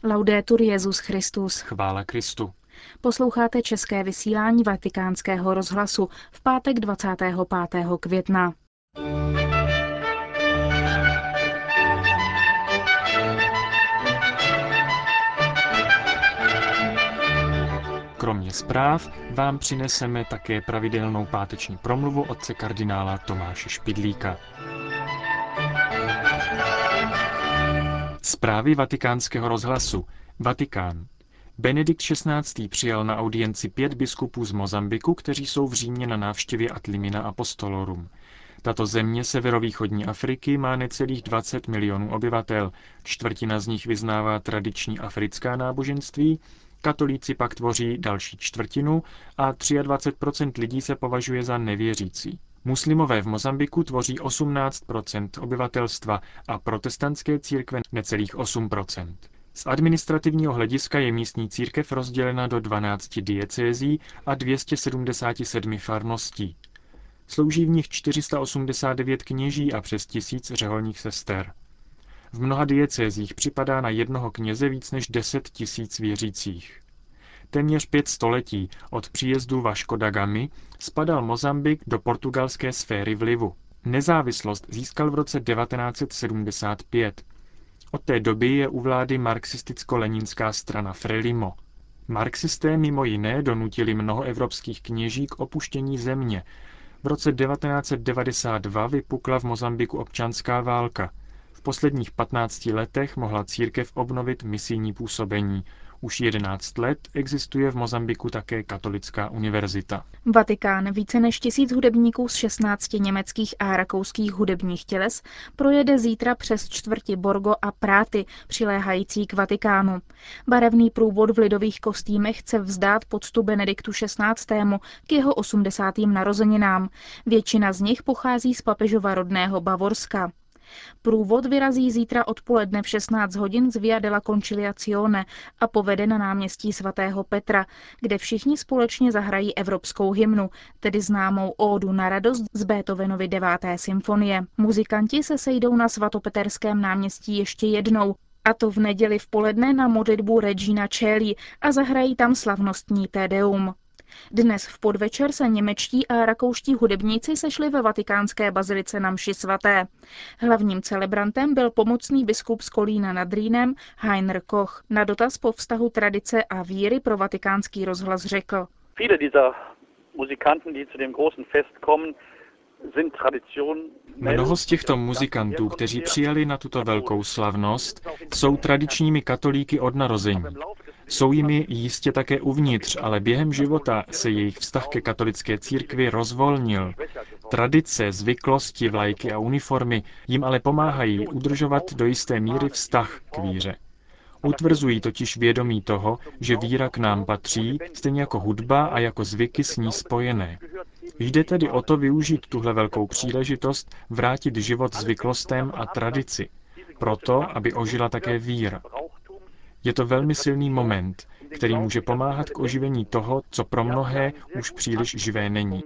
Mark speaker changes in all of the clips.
Speaker 1: Laudetur Jesus Christus.
Speaker 2: Chvála Kristu.
Speaker 1: Posloucháte české vysílání Vatikánského rozhlasu v pátek 25. května.
Speaker 2: Kromě zpráv vám přineseme také pravidelnou páteční promluvu otce kardinála Tomáše Špidlíka. Zprávy Vatikánského rozhlasu. Vatikán. Benedikt XVI. Přijal na audienci 5 biskupů z Mozambiku, kteří jsou v Římě na návštěvě ad limina apostolorum. Tato země severovýchodní Afriky má necelých 20 milionů obyvatel, čtvrtina z nich vyznává tradiční africká náboženství, katolíci pak tvoří další čtvrtinu a 23% lidí se považuje za nevěřící. Muslimové v Mozambiku tvoří 18% obyvatelstva a protestantské církve necelých 8%. Z administrativního hlediska je místní církev rozdělena do 12 diecézí a 277 farností. Slouží v nich 489 kněží a přes 1000 řeholních sester. V mnoha diecézích připadá na jednoho kněze víc než 10 000 věřících. Téměř 5 století od příjezdu Vasco da Gamy spadal Mozambik do portugalské sféry vlivu. Nezávislost získal v roce 1975. Od té doby je u vlády marxisticko-leninská strana Frelimo. Marxisté mimo jiné donutili mnoho evropských kněží k opuštění země. V roce 1992 vypukla v Mozambiku občanská válka. V posledních 15 letech mohla církev obnovit misijní působení. Už 11 let existuje v Mozambiku také katolická univerzita.
Speaker 1: Vatikán. Více než 1000 hudebníků z 16 německých a rakouských hudebních těles projede zítra přes čtvrti Borgo a Práty, přiléhající k Vatikánu. Barevný průvod v lidových kostýmech chce vzdát poctu Benediktu XVI. K jeho 80. narozeninám. Většina z nich pochází z papežova rodného Bavorska. Průvod vyrazí zítra odpoledne v 16 hodin z Via della Conciliazione a povede na náměstí svatého Petra, kde všichni společně zahrají evropskou hymnu, tedy známou ódu na radost z Beethovenovy 9. symfonie. Muzikanti se sejdou na svatopeterském náměstí ještě jednou, a to v neděli v poledne na modlitbu Regina Coeli a zahrají tam slavnostní Te Deum. Dnes v podvečer se němečtí a rakouští hudebníci sešli ve vatikánské bazilice na mši svaté. Hlavním celebrantem byl pomocný biskup z Kolína nad Rýnem Heiner Koch. Na dotaz po vztahu tradice a víry pro Vatikánský rozhlas řekl:
Speaker 2: Mnoho z těchto muzikantů, kteří přijali na tuto velkou slavnost, jsou tradičními katolíky od narození. Jsou jimi jistě také uvnitř, ale během života se jejich vztah ke katolické církvi rozvolnil. Tradice, zvyklosti, vlajky a uniformy jim ale pomáhají udržovat do jisté míry vztah k víře. Utvrzují totiž vědomí toho, že víra k nám patří, stejně jako hudba a jako zvyky s ní spojené. Jde tedy o to využít tuhle velkou příležitost, vrátit život zvyklostem a tradici, proto, aby ožila také víra. Je to velmi silný moment, který může pomáhat k oživení toho, co pro mnohé už příliš živé není.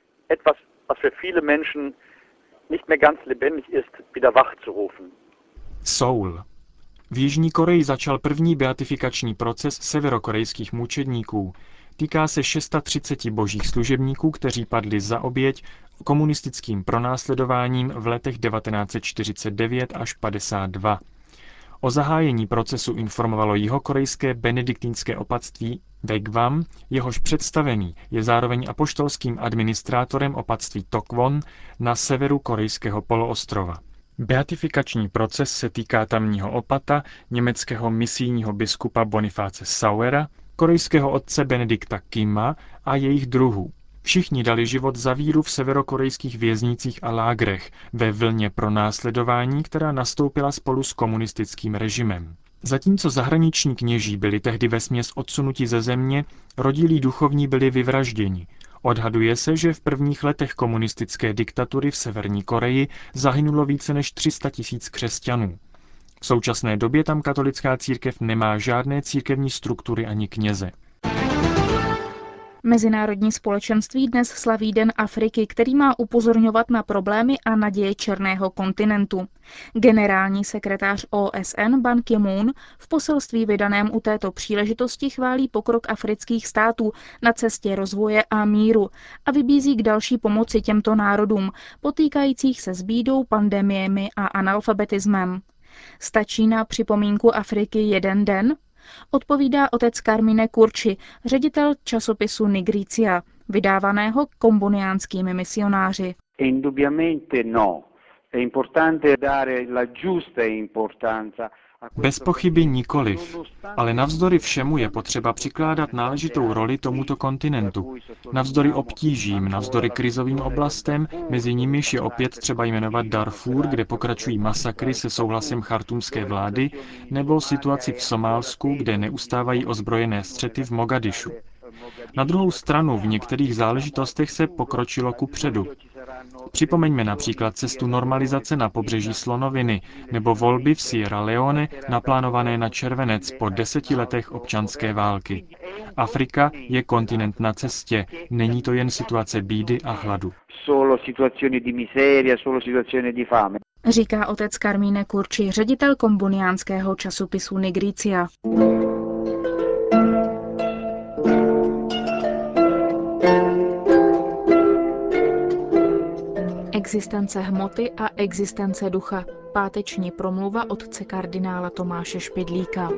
Speaker 2: Soul. V Jižní Koreji začal první beatifikační proces severokorejských mučedníků. Týká se 630 božích služebníků, kteří padli za oběť komunistickým pronásledováním v letech 1949 až 52. O zahájení procesu informovalo jihokorejské benediktínské opatství Daegwam, jehož představený je zároveň apoštolským administrátorem opatství Tokwon na severu korejského poloostrova. Beatifikační proces se týká tamního opata, německého misijního biskupa Bonifáce Sauera, korejského otce Benedikta Kima a jejich druhů. Všichni dali život za víru v severokorejských věznicích a lágrech ve vlně pronásledování, která nastoupila spolu s komunistickým režimem. Zatímco zahraniční kněží byli tehdy vesměs odsunuti ze země, rodilí duchovní byli vyvražděni. Odhaduje se, že v prvních letech komunistické diktatury v Severní Koreji zahynulo více než 300 000 křesťanů. V současné době tam katolická církev nemá žádné církevní struktury ani kněze.
Speaker 1: Mezinárodní společenství dnes slaví Den Afriky, který má upozorňovat na problémy a naděje černého kontinentu. Generální sekretář OSN Ban Ki-moon v poselství vydaném u této příležitosti chválí pokrok afrických států na cestě rozvoje a míru a vybízí k další pomoci těmto národům, potýkajících se s bídou, pandemiemi a analfabetismem. Stačí na připomínku Afriky jeden den? Odpovídá otec Carmine Curci, ředitel časopisu Nigrizia, vydávaného komboniánskými misionáři.
Speaker 2: Bez pochyby nikoliv, ale navzdory všemu je potřeba přikládat náležitou roli tomuto kontinentu. Navzdory obtížím, navzdory krizovým oblastem, mezi nimiž je opět třeba jmenovat Darfur, kde pokračují masakry se souhlasem chartumské vlády, nebo situaci v Somálsku, kde neustávají ozbrojené střety v Mogadišu. Na druhou stranu v některých záležitostech se pokročilo kupředu. Připomeňme například cestu normalizace na pobřeží Slonoviny nebo volby v Sierra Leone naplánované na červenec po 10 letech občanské války. Afrika je kontinent na cestě, není to jen situace bídy a hladu.
Speaker 1: Říká otec Carmine Curci, ředitel komboniánského časopisu Nigrizia. Existence hmoty a existence ducha. Páteční promluva otce kardinála Tomáše Špidlíka.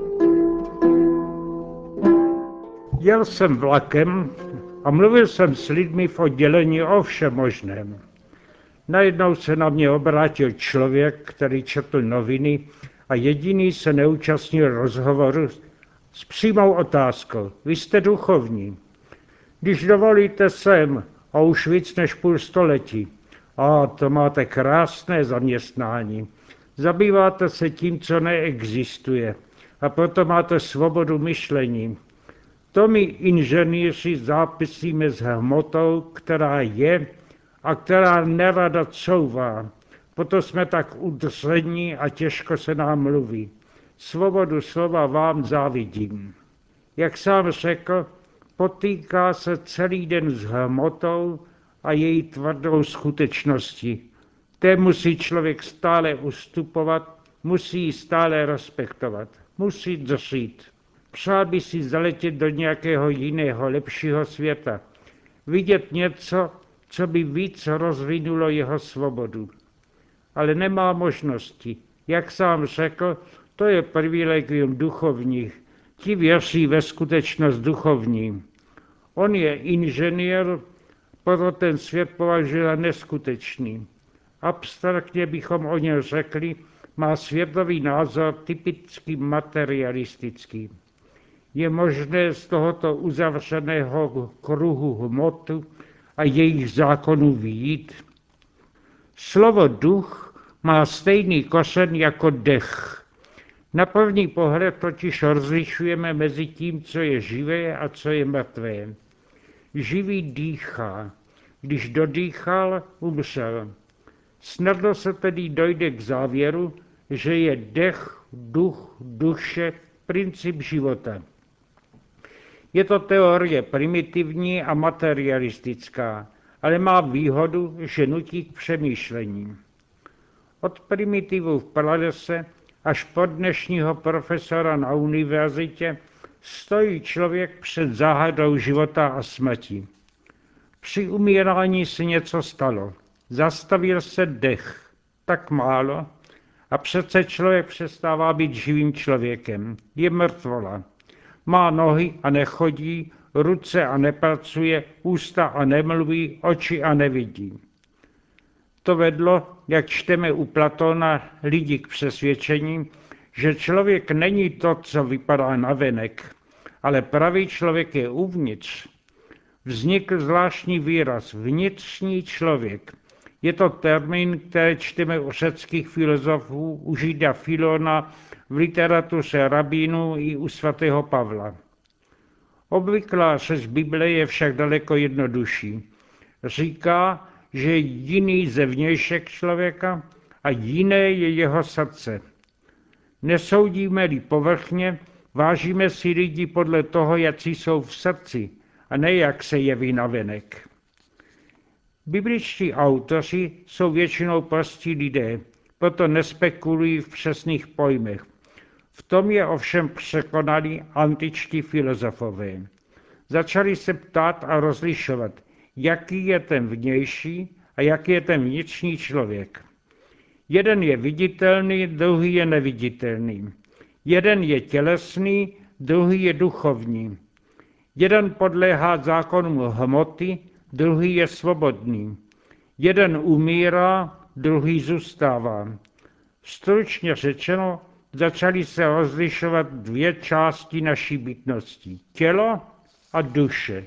Speaker 3: Jel jsem vlakem a mluvil jsem s lidmi v oddělení o všem možném. Najednou se na mě obrátil člověk, který četl noviny a jediný se neúčastnil rozhovoru s přímou otázkou. Vy jste duchovní. Když dovolíte sem, a už víc než půl století. A to máte krásné zaměstnání. Zabýváte se tím, co neexistuje. A proto máte svobodu myšlení. To my inženýři zápisíme s hmotou, která je a která nerada couvá. Proto jsme tak udření a těžko se nám mluví. Svobodu slova vám závidím. Jak sám řekl, potýká se celý den s hmotou a její tvrdou skutečností. Té musí člověk stále ustupovat, musí ji stále respektovat, musí dřít. Přál by si zaletět do nějakého jiného, lepšího světa. Vidět něco, co by víc rozvinulo jeho svobodu. Ale nemá možnosti. Jak sám řekl, to je privilegium duchovních. Ti věří ve skutečnost duchovní. On je inženýr, proto ten svět považuje za neskutečný. Abstraktně bychom o něm řekli, má světový názor typicky materialistický. Je možné z tohoto uzavřeného kruhu hmotu a jejich zákonů vyjít? Slovo duch má stejný kořen jako dech. Na první pohled totiž rozlišujeme mezi tím, co je živé a co je mrtvé. Živý dýchá. Když dodýchal, umřel. Snadno se tedy dojde k závěru, že je dech, duch, duše, princip života. Je to teorie primitivní a materialistická, ale má výhodu, že nutí k přemýšlení. Od primitivů v pralese až po dnešního profesora na univerzitě stojí člověk před záhadou života a smrti. Při umírání se něco stalo. Zastavil se dech. Tak málo. A přece člověk přestává být živým člověkem. Je mrtvola. Má nohy a nechodí, ruce a nepracuje, ústa a nemluví, oči a nevidí. To vedlo, jak čteme u Platóna, lidi k přesvědčení, že člověk není to, co vypadá navenek, ale pravý člověk je uvnitř. Vznikl zvláštní výraz vnitřní člověk. Je to termín, který čteme u řeckých filozofů, u Žida Filona, v literatuře rabínů i u svatého Pavla. Obvyklá řeč Bible je však daleko jednodušší. Říká, že je jiný zevnějšek člověka a jiné je jeho srdce. Nesoudíme-li povrchně, vážíme si lidi podle toho, jací jsou v srdci, a ne jak se jeví navenek. Bibličtí autoři jsou většinou prostí lidé, proto nespekulují v přesných pojmech. V tom je ovšem překonali antičtí filozofové. Začali se ptát a rozlišovat, jaký je ten vnější a jaký je ten vnitřní člověk. Jeden je viditelný, druhý je neviditelný. Jeden je tělesný, druhý je duchovní. Jeden podléhá zákonům hmoty, druhý je svobodný. Jeden umírá, druhý zůstává. Stručně řečeno, začaly se rozlišovat dvě části naší bytnosti. Tělo a duše.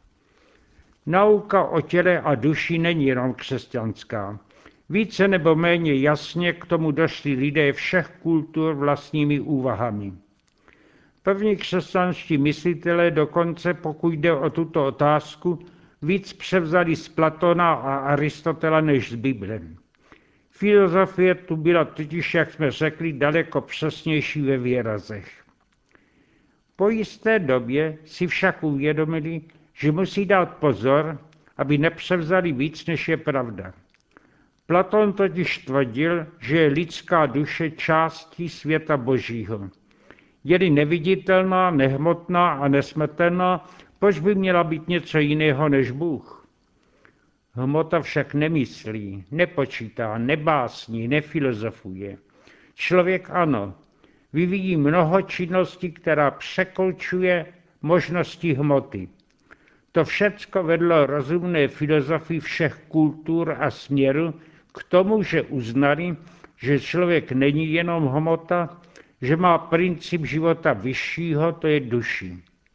Speaker 3: Nauka o těle a duši není jenom křesťanská. Více nebo méně jasně k tomu došli lidé všech kultur vlastními úvahami. První křesťanští myslitelé dokonce, pokud jde o tuto otázku, víc převzali z Platona a Aristotela než z Bible. Filozofie tu byla totiž, jak jsme řekli, daleko přesnější ve výrazech. Po jisté době si však uvědomili, že musí dát pozor, aby nepřevzali víc, než je pravda. Platon totiž tvrdil, že je lidská duše částí světa božího. Je-li neviditelná, nehmotná a nesmrtelná, proč by měla být něco jiného než Bůh? Hmota však nemyslí, nepočítá, nebásní, nefilozofuje. Člověk ano, vyvíjí mnoho činností, která překolčuje možnosti hmoty. To všecko vedlo rozumné filozofii všech kultur a směrů k tomu, že uznali, že člověk není jenom hmota, že má princip života vyššího, to je duši.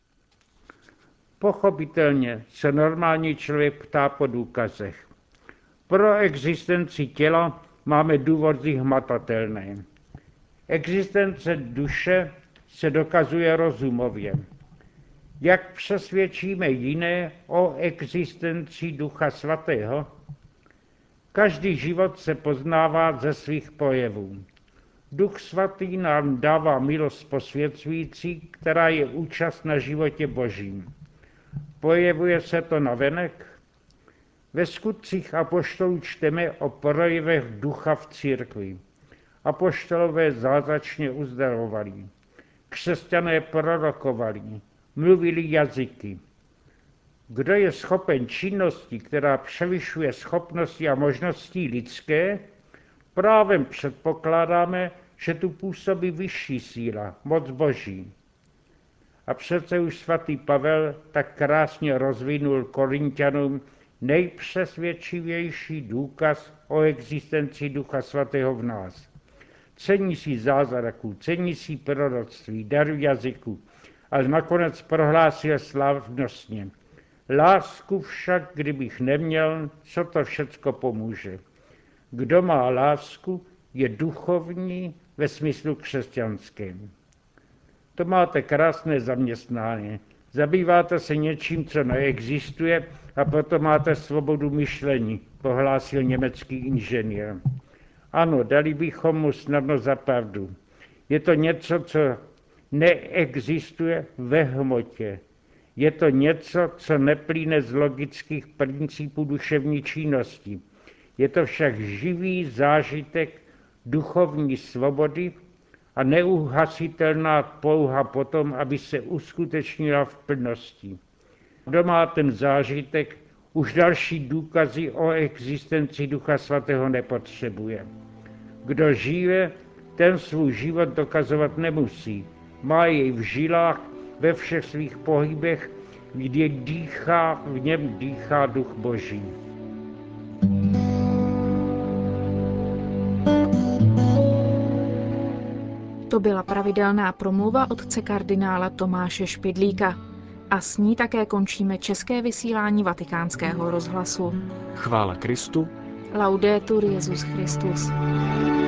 Speaker 3: Pochopitelně se normální člověk ptá po důkazech. Pro existenci těla máme důvody hmatatelné. Existence duše se dokazuje rozumově. Jak přesvědčíme jiné o existenci Ducha Svatého? Každý život se poznává ze svých projevů. Duch Svatý nám dává milost posvěcující, která je účast na životě Božím. Projevuje se to navenek? Ve skutcích apoštolů čteme o projevech ducha v církvi. Apoštolové zázračně uzdravovali. Křesťané prorokovali, mluvili jazyky. Kdo je schopen činnosti, která převyšuje schopnosti a možnosti lidské, právem předpokládáme, že tu působí vyšší síla, moc Boží. A přece už svatý Pavel tak krásně rozvinul Korinťanům nejpřesvědčivější důkaz o existenci Ducha Svatého v nás. Cení si zázraků, cení si proroctví, daru jazyku, ale nakonec prohlásil slavnostně. Lásku však, kdybych neměl, co to všecko pomůže. Kdo má lásku, je duchovní ve smyslu křesťanském. To máte krásné zaměstnání. Zabýváte se něčím, co neexistuje, a proto máte svobodu myšlení, prohlásil německý inženýr. Ano, dali bychom mu snadno za pravdu. Je to něco, co neexistuje ve hmotě. Je to něco, co neplyne z logických principů duševní činnosti. Je to však živý zážitek duchovní svobody a neuhasitelná touha potom, aby se uskutečnila v plnosti. Kdo má ten zážitek, už další důkazy o existenci Ducha Svatého nepotřebuje. Kdo žije, ten svůj život dokazovat nemusí. Má jej v žilách, ve všech svých pohybech, kdy v něm dýchá Duch Boží.
Speaker 1: To byla pravidelná promluva otce kardinála Tomáše Špidlíka. A s ní také končíme české vysílání Vatikánského rozhlasu.
Speaker 2: Chvála Kristu.
Speaker 1: Laudetur Jesus Christus.